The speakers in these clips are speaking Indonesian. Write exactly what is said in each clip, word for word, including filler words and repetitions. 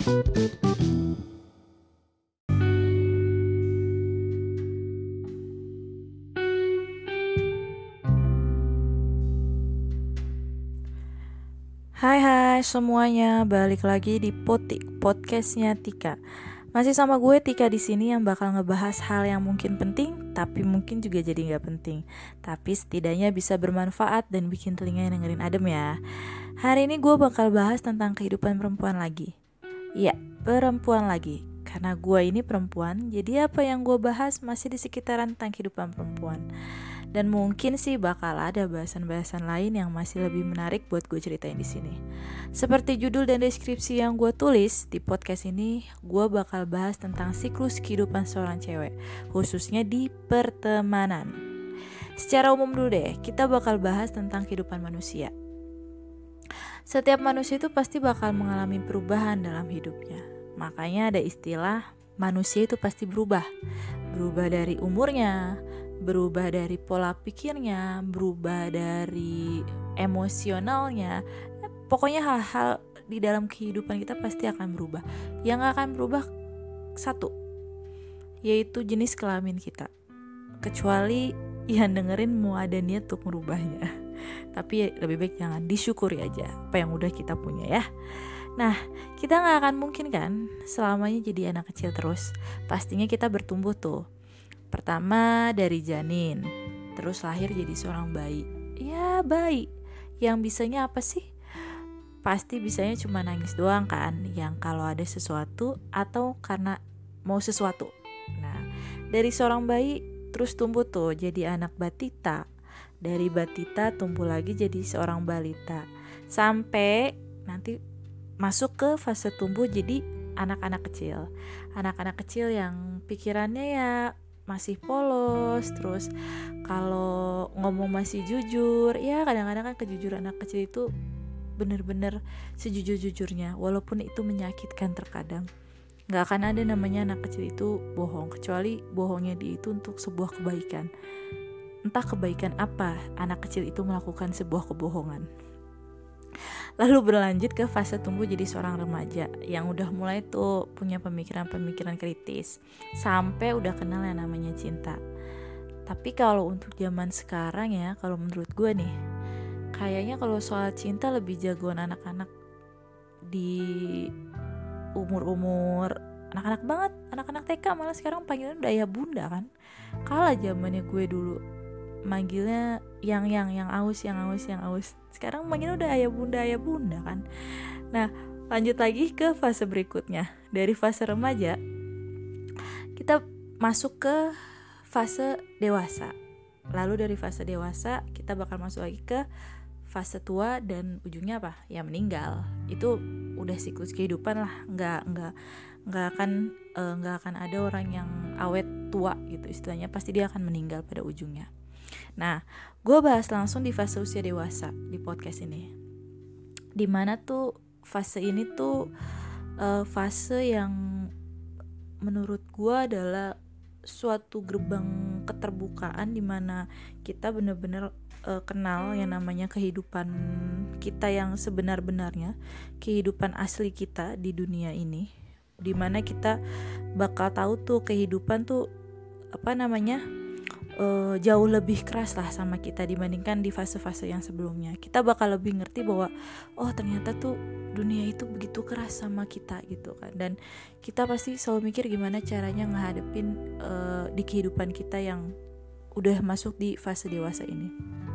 Hai hai semuanya, balik lagi di Potik, podcastnya Tika. Masih sama gue Tika di sini yang bakal ngebahas hal yang mungkin penting, tapi mungkin juga jadi nggak penting. Tapi setidaknya bisa bermanfaat dan bikin telinga yang dengerin adem ya. Hari ini gue bakal bahas tentang kehidupan perempuan lagi. Iya, perempuan lagi. Karena gue ini perempuan, jadi apa yang gue bahas masih di sekitaran tentang kehidupan perempuan. Dan mungkin sih bakal ada bahasan-bahasan lain yang masih lebih menarik buat gue ceritain di sini. Seperti judul dan deskripsi yang gue tulis di podcast ini, gue bakal bahas tentang siklus kehidupan seorang cewek, khususnya di pertemanan. Secara umum dulu deh, kita bakal bahas tentang kehidupan manusia. Setiap manusia itu pasti bakal mengalami perubahan dalam hidupnya. Makanya ada istilah manusia itu pasti berubah. Berubah dari umurnya, berubah dari pola pikirnya, berubah dari emosionalnya. Pokoknya hal-hal di dalam kehidupan kita pasti akan berubah. Yang gak akan berubah satu, yaitu jenis kelamin kita. Kecuali yang dengerin mau ada niat untuk merubahnya. Tapi lebih baik jangan, disyukuri aja apa yang udah kita punya ya. Nah, kita gak akan mungkin kan selamanya jadi anak kecil terus. Pastinya kita bertumbuh tuh. Pertama dari janin, terus lahir jadi seorang bayi. Ya bayi, yang bisanya apa sih? Pasti bisanya cuma nangis doang kan, yang kalau ada sesuatu atau karena mau sesuatu. Nah, dari seorang bayi terus tumbuh tuh jadi anak batita. Dari batita tumbuh lagi jadi seorang balita. Sampai nanti masuk ke fase tumbuh jadi anak-anak kecil. Anak-anak kecil yang pikirannya ya masih polos, terus kalau ngomong masih jujur. Ya kadang-kadang kan kejujuran anak kecil itu bener-bener sejujur-jujurnya, walaupun itu menyakitkan terkadang. Gak akan ada namanya anak kecil itu bohong, kecuali bohongnya dia itu untuk sebuah kebaikan. Entah kebaikan apa anak kecil itu melakukan sebuah kebohongan. Lalu berlanjut ke fase tumbuh jadi seorang remaja yang udah mulai tuh punya pemikiran-pemikiran kritis, sampai udah kenal yang namanya cinta. Tapi kalau untuk zaman sekarang ya, kalau menurut gue nih, kayaknya kalau soal cinta lebih jagoan anak-anak di umur-umur anak-anak banget, anak-anak T K malah sekarang panggilan udah ayah bunda kan. Kalah zamannya gue dulu manggilnya yang yang yang aus yang aus yang aus. Sekarang manggilnya udah ayah bunda ayah bunda kan. Nah, lanjut lagi ke fase berikutnya. Dari fase remaja kita masuk ke fase dewasa. Lalu dari fase dewasa kita bakal masuk lagi ke fase tua dan ujungnya apa? Ya meninggal. Itu udah siklus kehidupan lah. Nggak nggak nggak akan uh, nggak akan ada orang yang awet tua gitu istilahnya. Pasti dia akan meninggal pada ujungnya. Nah, gue bahas langsung di fase usia dewasa di podcast ini. Dimana tuh fase ini tuh uh, fase yang menurut gue adalah suatu gerbang keterbukaan dimana kita benar-benar uh, kenal yang namanya kehidupan kita yang sebenar-benarnya, kehidupan asli kita di dunia ini, dimana kita bakal tahu tuh kehidupan tuh apa namanya Uh, jauh lebih keras lah sama kita dibandingkan di fase-fase yang sebelumnya. Kita bakal lebih ngerti bahwa oh ternyata tuh dunia itu begitu keras sama kita gitu kan. Dan kita pasti selalu mikir gimana caranya ngehadepin uh, di kehidupan kita yang udah masuk di fase dewasa ini.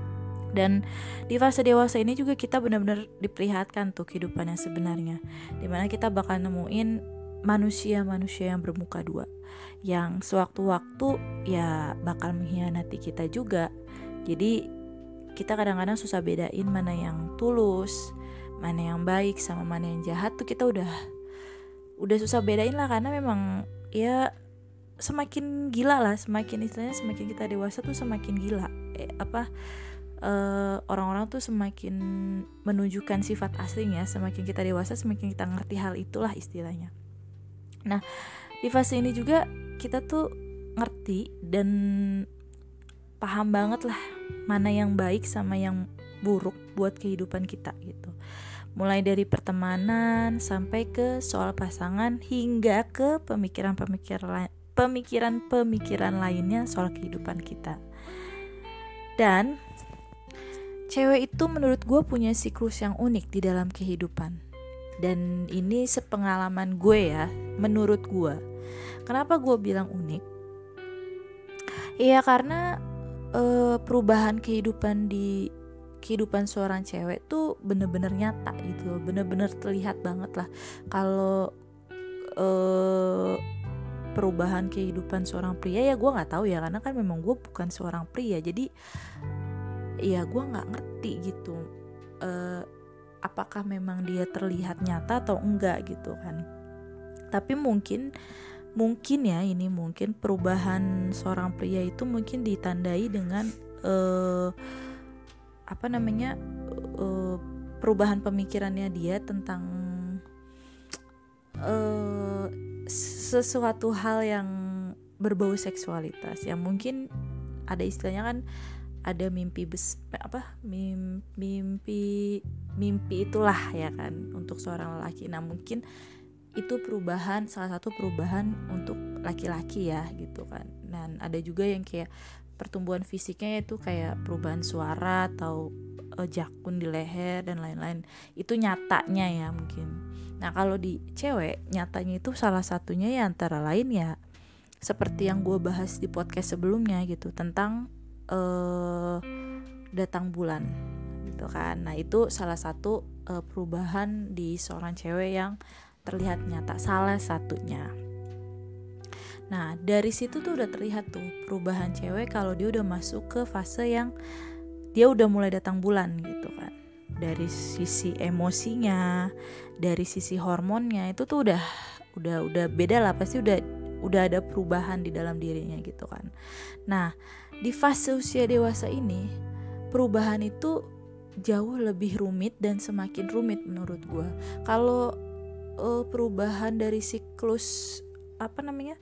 Dan di fase dewasa ini juga kita benar-benar diperlihatkan tuh kehidupan yang sebenarnya, dimana kita bakal nemuin manusia-manusia yang bermuka dua, yang sewaktu-waktu ya bakal mengkhianati kita juga. Jadi kita kadang-kadang susah bedain mana yang tulus, mana yang baik sama mana yang jahat tuh kita udah udah susah bedain lah, karena memang ya semakin gila lah, semakin istilahnya semakin kita dewasa tuh semakin gila. Eh, apa uh, orang-orang tuh semakin menunjukkan sifat aslinya, semakin kita dewasa semakin kita ngerti hal itulah istilahnya. Nah, di fase ini juga kita tuh ngerti dan paham banget lah mana yang baik sama yang buruk buat kehidupan kita gitu. mulai dari pertemanan sampai ke soal pasangan hingga ke pemikiran-pemikiran pemikiran-pemikiran lainnya soal kehidupan kita. Dan cewek itu menurut gue punya siklus yang unik di dalam kehidupan. Dan ini sepengalaman gue ya, menurut gue. Kenapa gue bilang unik? Iya karena e, perubahan kehidupan di kehidupan seorang cewek tuh bener-bener nyata gitu loh, bener-bener terlihat banget lah kalau uh, perubahan kehidupan seorang pria. Ya gue nggak tahu ya, karena kan memang gue bukan seorang pria, jadi ya gue nggak ngerti gitu uh, apakah memang dia terlihat nyata atau enggak gitu kan. Tapi mungkin mungkin ya ini mungkin perubahan seorang pria itu mungkin ditandai dengan uh, apa namanya uh, perubahan pemikirannya dia tentang uh, sesuatu hal yang berbau seksualitas. Ya mungkin ada istilahnya kan, ada mimpi bes apa mimpi mimpi mimpi itulah ya kan untuk seorang lelaki. Nah mungkin itu perubahan, salah satu perubahan untuk laki-laki ya gitu kan. Dan ada juga yang kayak pertumbuhan fisiknya itu kayak perubahan suara atau uh, jakun di leher dan lain-lain. Itu nyatanya ya mungkin. Nah kalau di cewek nyatanya itu salah satunya ya antara lain ya seperti yang gue bahas di podcast sebelumnya gitu, tentang uh, datang bulan gitu kan. Nah itu salah satu uh, perubahan di seorang cewek yang terlihat nyata, salah satunya. Nah dari situ tuh udah terlihat tuh perubahan cewek kalau dia udah masuk ke fase yang dia udah mulai datang bulan gitu kan. Dari sisi emosinya, dari sisi hormonnya itu tuh udah udah udah beda lah, pasti udah udah ada perubahan di dalam dirinya gitu kan. Nah di fase usia dewasa ini perubahan itu jauh lebih rumit dan semakin rumit menurut gue. Kalau uh, perubahan dari siklus apa namanya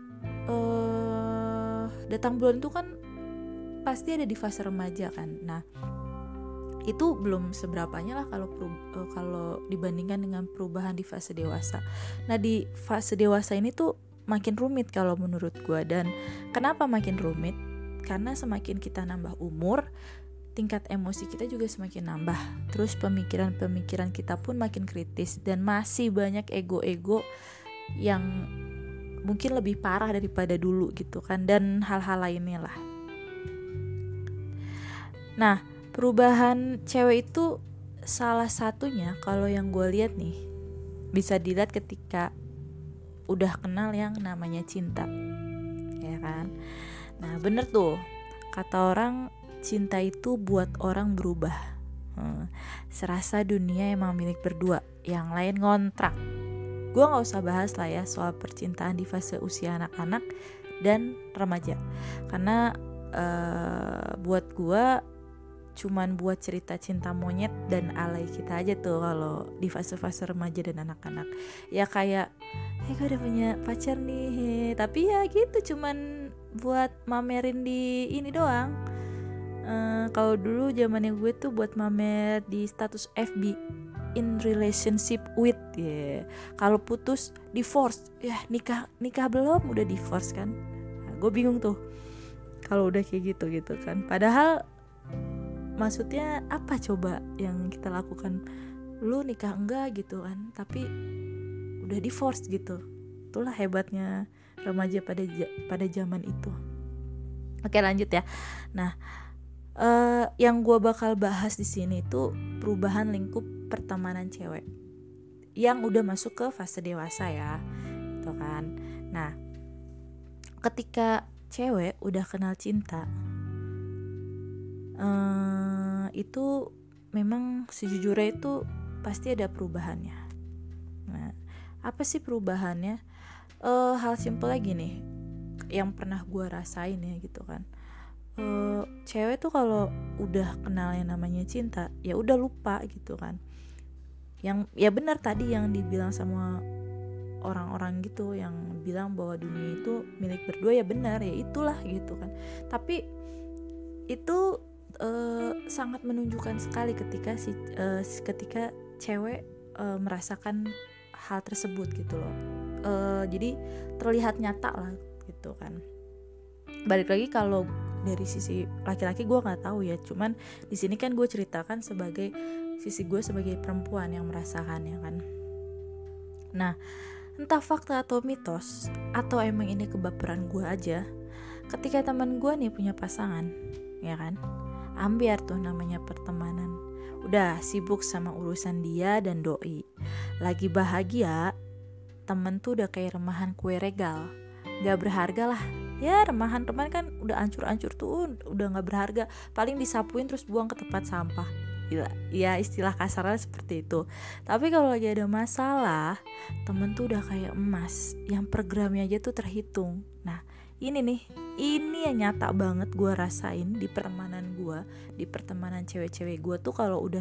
Uh, datang bulan itu kan pasti ada di fase remaja kan. Nah itu belum seberapanya lah kalau uh, kalau dibandingkan dengan perubahan di fase dewasa. Nah di fase dewasa ini tuh makin rumit kalau menurut gue. Dan kenapa makin rumit? Karena semakin kita nambah umur, tingkat emosi kita juga semakin nambah. Terus pemikiran-pemikiran kita pun makin kritis, dan masih banyak ego-ego yang mungkin lebih parah daripada dulu gitu kan, dan hal-hal lainnya lah. Nah perubahan cewek itu salah satunya kalau yang gue lihat nih bisa dilihat ketika udah kenal yang namanya cinta, ya kan. Nah bener tuh kata orang, cinta itu buat orang berubah. hmm, Serasa dunia emang milik berdua, yang lain ngontrak. Gue gak usah bahas lah ya soal percintaan di fase usia anak-anak dan remaja, karena uh, buat gue cuman buat cerita cinta monyet dan alay kita aja tuh kalau di fase-fase remaja dan anak-anak. Ya kayak, hey gue udah punya pacar nih, he. Tapi ya gitu cuman buat mamerin di ini doang. uh, Kalau dulu zamannya gue tuh buat mamer di status F B, in relationship with, ya yeah. Kalau putus divorce, ya nikah nikah belum udah divorce kan. Nah, gue bingung tuh kalau udah kayak gitu gitu kan. Padahal maksudnya apa coba yang kita lakukan? Lu nikah enggak gitu kan, tapi udah divorce gitu. Itulah hebatnya remaja pada pada zaman itu. Oke lanjut ya. Nah uh, yang gue bakal bahas di sini tuh perubahan lingkup pertemanan cewek yang udah masuk ke fase dewasa ya, gitu kan. Nah, ketika cewek udah kenal cinta, uh, itu memang sejujurnya itu pasti ada perubahannya. Nah, apa sih perubahannya? Uh, hal simpel lagi nih, yang pernah gue rasain ya gitu kan. Uh, cewek tuh kalau udah kenal yang namanya cinta, ya udah lupa gitu kan. Yang ya benar tadi yang dibilang sama orang-orang gitu, yang bilang bahwa dunia itu milik berdua, ya benar, ya itulah gitu kan. Tapi itu uh, sangat menunjukkan sekali ketika si uh, ketika cewek uh, merasakan hal tersebut gitu loh. Uh, jadi terlihat nyata lah gitu kan. Balik lagi kalau dari sisi laki-laki gue nggak tahu ya, cuman di sini kan gue ceritakan sebagai sisi gue sebagai perempuan yang merasakan ya kan. Nah, entah fakta atau mitos atau emang ini kebaperan gue aja, ketika teman gue nih punya pasangan ya kan, ambiar tuh namanya pertemanan, udah sibuk sama urusan dia dan doi, lagi bahagia, temen tuh udah kayak remahan kue regal, gak berharga lah. Ya remahan teman kan udah ancur-ancur tuh, udah gak berharga, paling disapuin terus buang ke tempat sampah. Gila. Ya istilah kasarnya seperti itu. Tapi kalau lagi ada masalah, temen tuh udah kayak emas yang per gramnya aja tuh terhitung. Nah ini nih, ini yang nyata banget gue rasain di pertemanan gue, di pertemanan cewek-cewek gue tuh. Kalau udah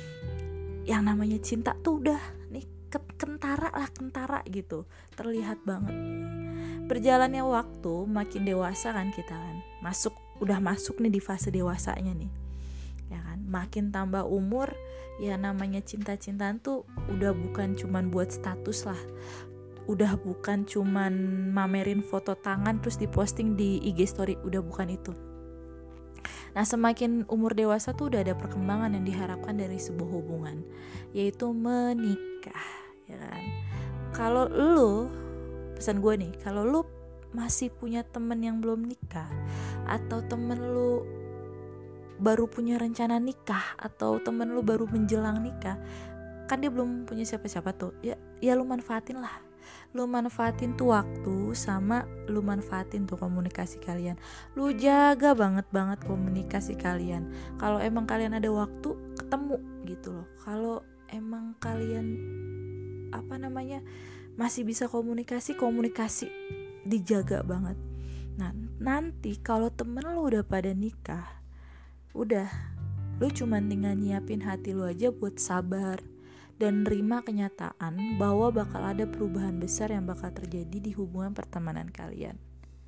yang namanya cinta tuh udah nih kentara lah, kentara gitu, terlihat banget. Berjalannya waktu, makin dewasa kan kita kan, masuk udah masuk nih di fase dewasanya nih, ya kan. Makin tambah umur, ya namanya cinta-cintaan tuh udah bukan cuman buat status lah, udah bukan cuman mamerin foto tangan terus diposting di I G story, udah bukan itu. Nah semakin umur dewasa tuh udah ada perkembangan yang diharapkan dari sebuah hubungan, yaitu menikah, ya kan. Kalau lu, pesan gue nih, kalau lu masih punya temen yang belum nikah, atau temen lu baru punya rencana nikah, atau temen lu baru menjelang nikah, kan dia belum punya siapa-siapa tuh, ya, ya lu manfaatin lah. Lu manfaatin tuh waktu, sama lu manfaatin tuh komunikasi kalian. Lu jaga banget-banget komunikasi kalian. Kalau emang kalian ada waktu, ketemu gitu loh. Kalau emang kalian apa namanya masih bisa komunikasi, komunikasi dijaga banget. Nah nanti kalau temen lu udah pada nikah, udah lu cuman tinggal nyiapin hati lu aja buat sabar dan nerima kenyataan bahwa bakal ada perubahan besar yang bakal terjadi di hubungan pertemanan kalian.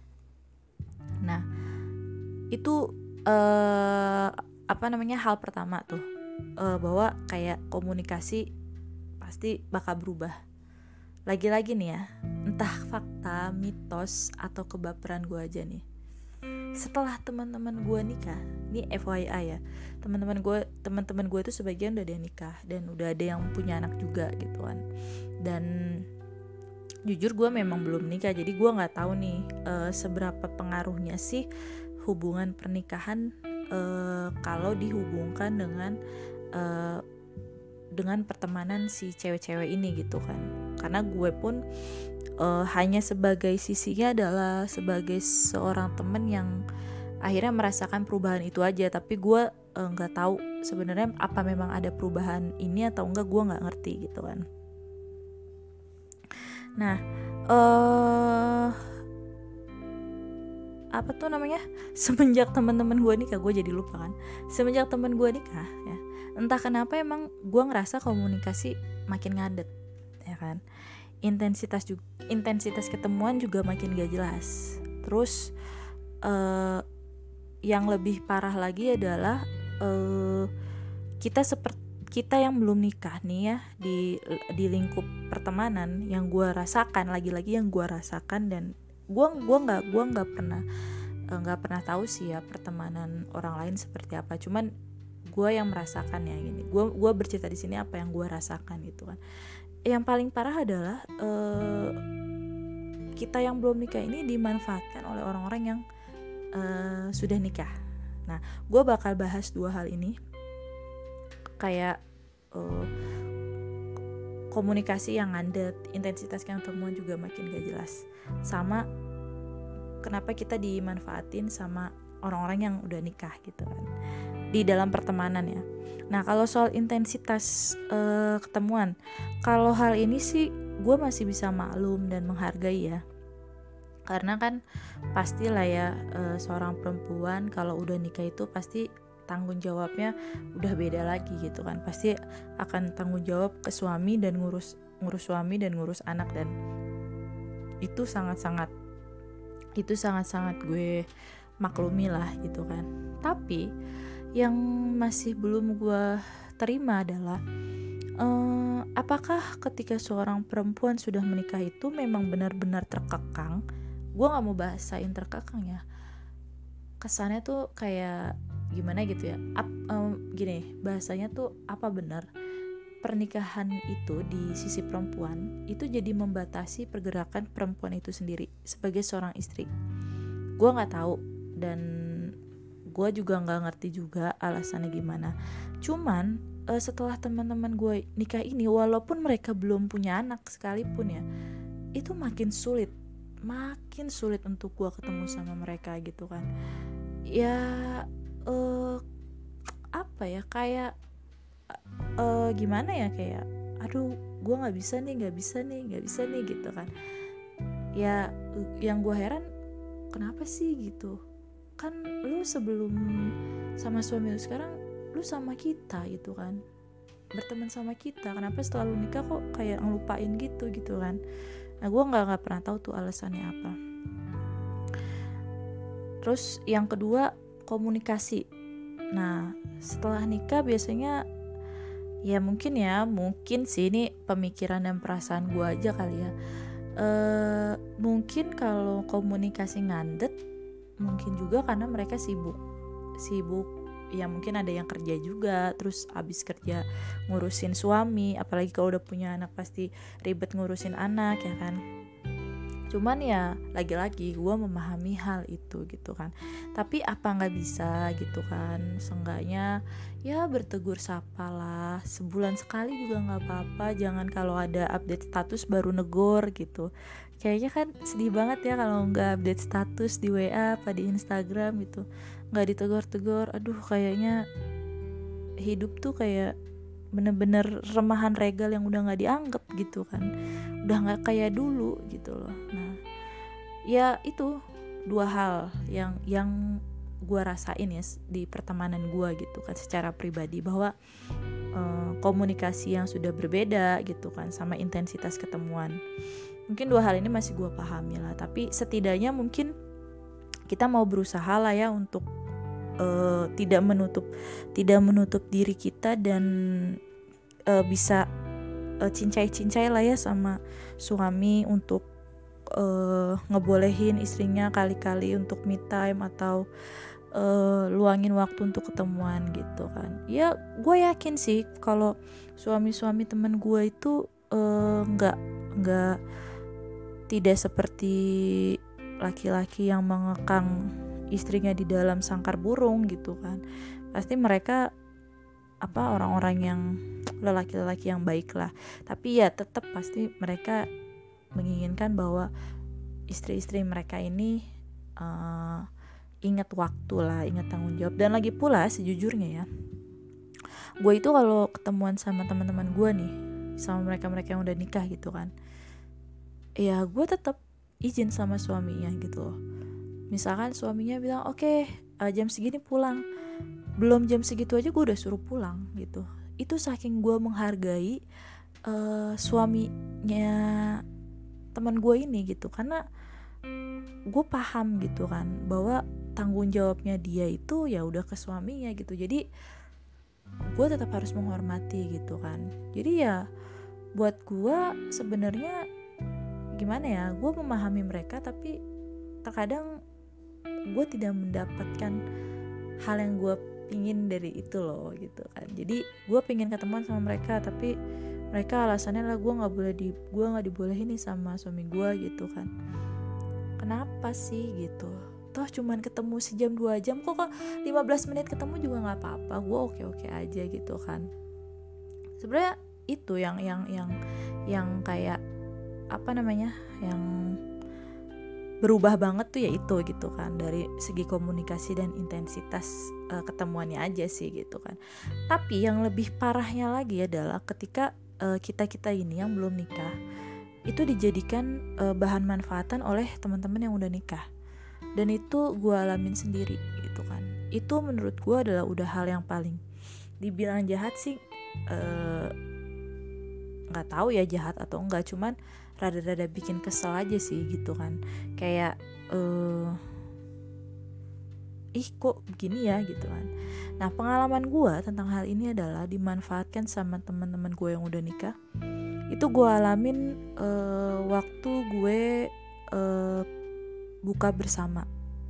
Nah itu uh, apa namanya hal pertama tuh, uh, bahwa kayak komunikasi pasti bakal berubah. Lagi-lagi nih ya, entah fakta, mitos, atau kebaperan gue aja nih, setelah teman-teman gue nikah, ini F Y I ya, teman-teman gue teman-teman gue tuh sebagian udah ada yang nikah dan udah ada yang punya anak juga gitu kan. Dan jujur gue memang belum nikah, jadi gue nggak tahu nih uh, seberapa pengaruhnya sih hubungan pernikahan uh, kalau dihubungkan dengan uh, dengan pertemanan si cewek-cewek ini gitu kan. Karena gue pun uh, hanya sebagai sisinya adalah sebagai seorang temen yang akhirnya merasakan perubahan itu aja, tapi gue nggak uh, tahu sebenarnya apa memang ada perubahan ini atau enggak, gue nggak ngerti gitu kan. Nah uh, apa tuh namanya semenjak teman-teman gue nikah, gue jadi lupa kan, semenjak teman gue nikah ya, entah kenapa emang gue ngerasa komunikasi makin ngadet ya kan. Intensitas juga, intensitas ketemuan juga makin gak jelas. Terus uh, yang lebih parah lagi adalah uh, kita seperti kita yang belum nikah nih ya, di di lingkup pertemanan yang gue rasakan, lagi-lagi yang gue rasakan, dan gue gue nggak gue nggak pernah nggak uh, pernah tahu sih ya pertemanan orang lain seperti apa. Cuman gue yang merasakan ya gini, gue gue bercerita di sini apa yang gue rasakan gitu kan. Yang paling parah adalah uh, kita yang belum nikah ini dimanfaatkan oleh orang-orang yang uh, sudah nikah. Nah, gue bakal bahas dua hal ini, kayak uh, komunikasi yang ngadet, intensitas ketemuan juga makin gak jelas, sama kenapa kita dimanfaatin sama orang-orang yang udah nikah gitu kan di dalam pertemanan ya. Nah kalau soal intensitas uh, ketemuan, kalau hal ini sih gue masih bisa maklum dan menghargai ya, karena kan pastilah ya uh, seorang perempuan kalau udah nikah itu pasti tanggung jawabnya udah beda lagi gitu kan. Pasti akan tanggung jawab ke suami dan ngurus ngurus suami dan ngurus anak, dan itu sangat-sangat itu sangat-sangat gue maklumi lah gitu kan. Tapi yang masih belum gue terima adalah uh, apakah ketika seorang perempuan sudah menikah itu memang benar-benar terkekang? Gue nggak mau bahasain terkekang ya, kesannya tuh kayak gimana gitu ya. Ap, um, gini bahasanya tuh, apa benar pernikahan itu di sisi perempuan itu jadi membatasi pergerakan perempuan itu sendiri sebagai seorang istri? Gue nggak tahu, dan gue juga nggak ngerti juga alasannya gimana. Cuman uh, setelah teman-teman gue nikah ini, walaupun mereka belum punya anak sekalipun ya, itu makin sulit makin sulit untuk gue ketemu sama mereka gitu kan. Ya uh, apa ya, kayak uh, gimana ya, kayak aduh gue nggak bisa nih nggak bisa nih nggak bisa nih gitu kan. Ya yang gue heran, kenapa sih gitu, kan lu sebelum sama suami lu sekarang lu sama kita gitu kan, berteman sama kita, kenapa setelah lu nikah kok kayak ngelupain gitu gitu kan. Nah gue nggak nggak pernah tahu tuh alasannya apa. Terus yang kedua, komunikasi. Nah setelah nikah biasanya, ya mungkin ya mungkin sih ini pemikiran dan perasaan gue aja kali ya, e, mungkin kalau komunikasi ngandet, mungkin juga karena mereka sibuk sibuk ya, mungkin ada yang kerja juga, terus abis kerja ngurusin suami, apalagi kalau udah punya anak pasti ribet ngurusin anak ya kan. Cuman ya lagi-lagi gue memahami hal itu gitu kan. Tapi apa gak bisa gitu kan, seenggaknya ya bertegur sapa lah, sebulan sekali juga gak apa-apa. Jangan kalau ada update status baru negor gitu. Kayaknya kan sedih banget ya kalau gak update status di W A apa di Instagram gitu, gak ditegur-tegur. Aduh kayaknya hidup tuh kayak bener-bener remahan regal yang udah gak dianggap gitu kan, udah gak kayak dulu gitu loh. Nah ya itu dua hal yang yang gue rasain ya di pertemanan gue gitu kan secara pribadi, bahwa uh, komunikasi yang sudah berbeda gitu kan sama intensitas ketemuan. Mungkin dua hal ini masih gue pahami lah, tapi setidaknya mungkin kita mau berusaha lah ya untuk Uh, tidak menutup tidak menutup diri kita, dan uh, bisa uh, cincai-cincai lah ya sama suami untuk uh, ngebolehin istrinya kali-kali untuk me time atau uh, luangin waktu untuk ketemuan gitu kan. Ya gue yakin sih kalau suami-suami teman gue itu uh, nggak nggak tidak seperti laki-laki yang mengekang istrinya di dalam sangkar burung gitu kan. Pasti mereka apa orang-orang yang lelaki-lelaki yang baik lah. Tapi ya tetap pasti mereka menginginkan bahwa istri-istri mereka ini uh, ingat waktu lah, ingat tanggung jawab. Dan lagi pula sejujurnya ya, gue itu kalau ketemuan sama teman-teman gue nih, sama mereka-mereka yang udah nikah gitu kan, ya gue tetap izin sama suaminya gitu loh. Misalkan suaminya bilang oke okay, uh, jam segini pulang, belum jam segitu aja gue udah suruh pulang gitu. Itu saking gue menghargai uh, suaminya teman gue ini gitu, karena gue paham gitu kan bahwa tanggung jawabnya dia itu ya udah ke suaminya gitu. Jadi gue tetap harus menghormati gitu kan. Jadi ya buat gue sebenarnya gimana ya, gue memahami mereka, tapi terkadang gue tidak mendapatkan hal yang gue pingin dari itu loh gitu kan. Jadi gue pingin ketemuan sama mereka, tapi mereka alasannya lah gue nggak boleh di gue nggak dibolehin nih sama suami gue gitu kan. Kenapa sih gitu? Toh cuman ketemu sejam dua jam, kok kok lima belas menit ketemu juga nggak apa-apa, gue oke oke aja gitu kan. Sebenarnya itu yang yang yang yang kayak apa namanya, yang berubah banget tuh ya itu gitu kan, dari segi komunikasi dan intensitas uh, ketemuannya aja sih gitu kan. Tapi yang lebih parahnya lagi adalah ketika uh, kita-kita ini yang belum nikah itu dijadikan uh, bahan manfaatan oleh teman-teman yang udah nikah. Dan itu gue alamin sendiri gitu kan. Itu menurut gue adalah udah hal yang paling dibilang jahat sih, uh, nggak tahu ya jahat atau enggak, cuman rada-rada bikin kesel aja sih gitu kan. Kayak uh, ih kok begini ya gitu kan. Nah pengalaman gue tentang hal ini adalah dimanfaatkan sama teman-teman gue yang udah nikah. Itu gue alamin uh, waktu gue uh, buka bersama.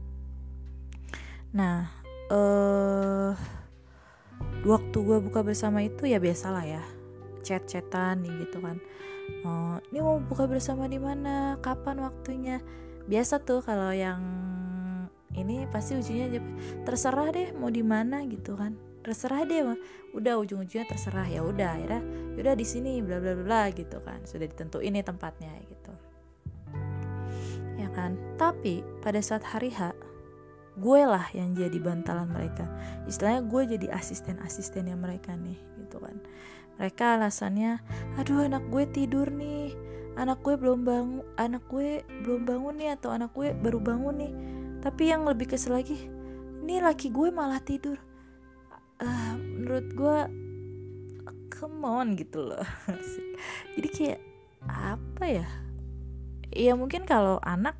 Nah uh, waktu gue buka bersama itu ya biasalah ya, chat-chatan gitu kan. Oh, ini mau buka bersama di mana? Kapan waktunya? Biasa tuh kalau yang ini pasti ujungnya aja terserah deh mau di mana gitu kan. Terserah deh mah. Udah ujung-ujungnya terserah, ya udah akhirnya udah di sini bla bla bla gitu kan. Sudah ditentuin nih tempatnya gitu. Ya kan? Tapi pada saat hari H gue lah yang jadi bantalan mereka. Istilahnya gue jadi asisten-asistennya mereka nih gitu kan. Mereka alasannya, aduh anak gue tidur nih, anak gue belum bangun, anak gue belum bangun nih, atau anak gue baru bangun nih. Tapi yang lebih kesel lagi, ini laki gue malah tidur. Uh, menurut gue, come on gitu loh. Jadi kayak apa ya? Ya mungkin kalau anak,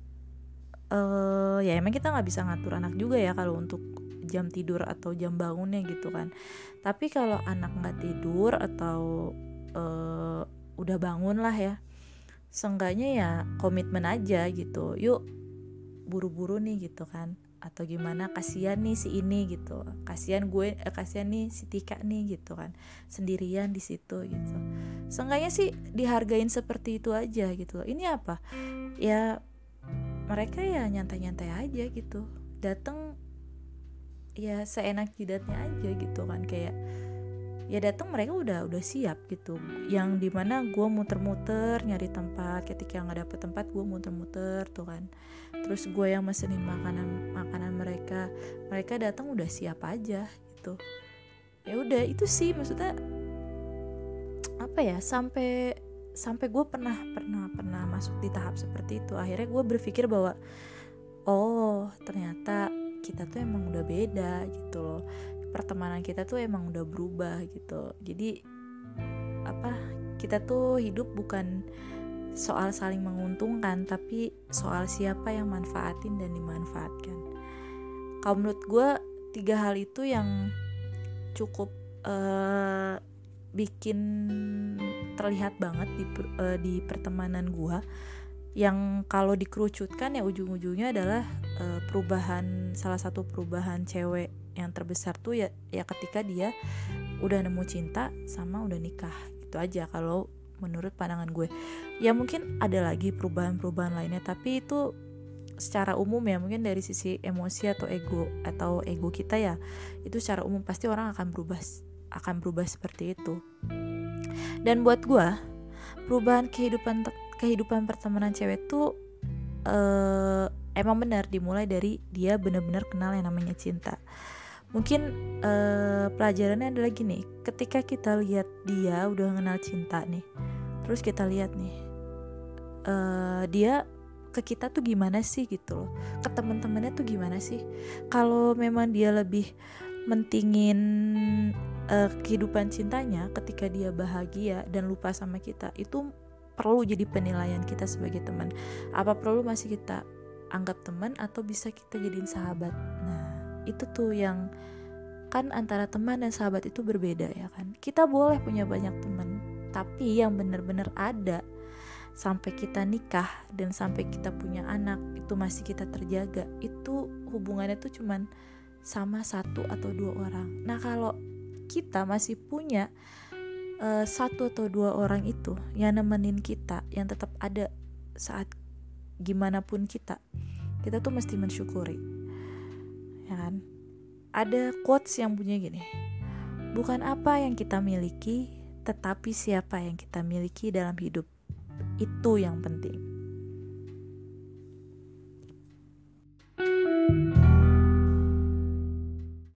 uh, ya emang kita nggak bisa ngatur anak juga ya kalau untuk jam tidur atau jam bangunnya gitu kan. Tapi kalau anak nggak tidur atau uh, udah bangun lah ya, seenggaknya ya komitmen aja gitu. Yuk buru-buru nih gitu kan, atau gimana, kasihan nih si ini gitu, kasihan gue, eh, kasihan nih si Tika nih gitu kan, sendirian di situ gitu. Seenggaknya sih dihargain seperti itu aja gitu. Ini apa? Ya mereka ya nyantai-nyantai aja gitu, datang ya seenak jidatnya aja gitu kan, kayak ya datang mereka udah udah siap gitu, yang dimana gue muter-muter nyari tempat, ketika nggak dapet tempat gue muter-muter tuh kan, terus gue yang mesenin makanan makanan mereka, mereka datang udah siap aja gitu. Ya udah itu sih maksudnya apa ya, sampai sampai gue pernah pernah pernah masuk di tahap seperti itu. Akhirnya gue berpikir bahwa oh ternyata kita tuh emang udah beda gitu loh, pertemanan kita tuh emang udah berubah gitu. Jadi apa, kita tuh hidup bukan soal saling menguntungkan, tapi soal siapa yang manfaatin dan dimanfaatkan. Kalau menurut gue tiga hal itu yang cukup uh, bikin terlihat banget di uh, di pertemanan gue, yang kalau dikerucutkan ya ujung-ujungnya adalah uh, perubahan, salah satu perubahan cewek yang terbesar tuh ya ya ketika dia udah nemu cinta sama udah nikah. Gitu aja kalau menurut pandangan gue. Ya mungkin ada lagi perubahan-perubahan lainnya, tapi itu secara umum ya, mungkin dari sisi emosi atau ego atau ego kita ya, itu secara umum pasti orang akan berubah akan berubah seperti itu. Dan buat gue perubahan kehidupan kehidupan pertemanan cewek tuh uh, emang benar dimulai dari dia benar-benar kenal yang namanya cinta. Mungkin uh, pelajarannya adalah gini, ketika kita lihat dia udah kenal cinta nih, terus kita lihat nih uh, dia ke kita tuh gimana sih gitu loh, ke teman-temannya tuh gimana sih. Kalau memang dia lebih mentingin uh, kehidupan cintanya ketika dia bahagia dan lupa sama kita, itu perlu jadi penilaian kita sebagai teman. Apa perlu masih kita anggap teman atau bisa kita jadiin sahabat? Nah itu tuh yang kan antara teman dan sahabat itu berbeda ya kan. Kita boleh punya banyak teman, tapi yang benar-benar ada sampai kita nikah dan sampai kita punya anak itu masih kita terjaga, itu hubungannya tuh cuman sama satu atau dua orang. Nah kalau kita masih punya uh, satu atau dua orang itu yang nemenin kita, yang tetap ada saat gimana pun kita, kita tuh mesti mensyukuri, ya kan. Ada quotes yang bunyi gini, bukan apa yang kita miliki, tetapi siapa yang kita miliki dalam hidup, itu yang penting.